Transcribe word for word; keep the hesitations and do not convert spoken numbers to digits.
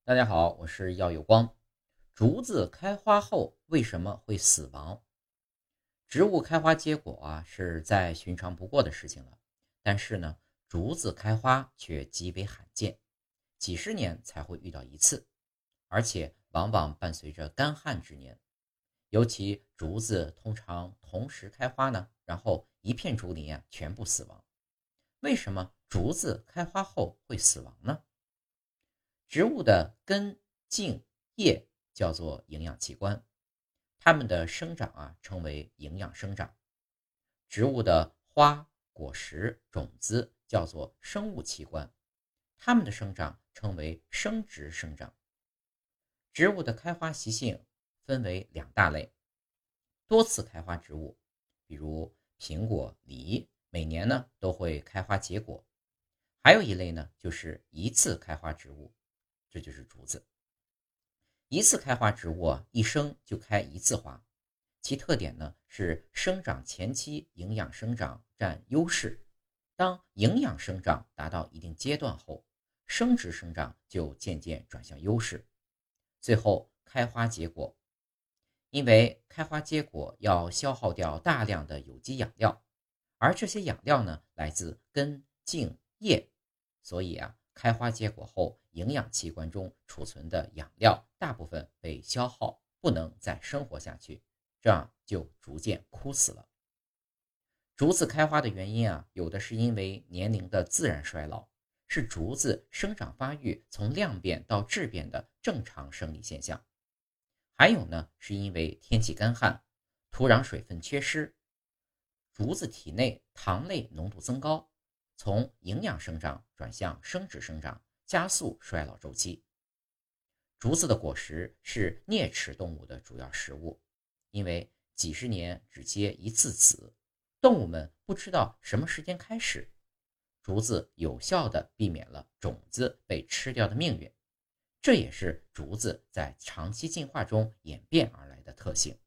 大家好，我是耀有光。竹子开花后为什么会死亡？植物开花结果啊，是再寻常不过的事情了。但是呢，竹子开花却极为罕见，几十年才会遇到一次，而且往往伴随着干旱之年。尤其竹子通常同时开花呢，然后一片竹林啊全部死亡。为什么竹子开花后会死亡呢？植物的根、茎、叶叫做营养器官，它们的生长啊称为营养生长。植物的花、果实、种子叫做生物器官，它们的生长称为生殖生长。植物的开花习性分为两大类：多次开花植物，比如苹果、梨，每年呢都会开花结果；还有一类呢就是一次开花植物，这就是竹子。一次开花植物啊，一生就开一次花，其特点呢是生长前期营养生长占优势，当营养生长达到一定阶段后，生殖生长就渐渐转向优势，最后开花结果。因为开花结果要消耗掉大量的有机养料，而这些养料呢来自根、茎、叶，所以啊，开花结果后，营养器官中储存的养料大部分被消耗，不能再生活下去，这样就逐渐枯死了。竹子开花的原因啊，有的是因为年龄的自然衰老，是竹子生长发育从量变到质变的正常生理现象。还有呢，是因为天气干旱，土壤水分缺失，竹子体内糖类浓度增高，从营养生长转向生殖生长，加速衰老周期。竹子的果实是啮齿动物的主要食物，因为几十年只结一次籽，动物们不知道什么时间开始，竹子有效地避免了种子被吃掉的命运，这也是竹子在长期进化中演变而来的特性。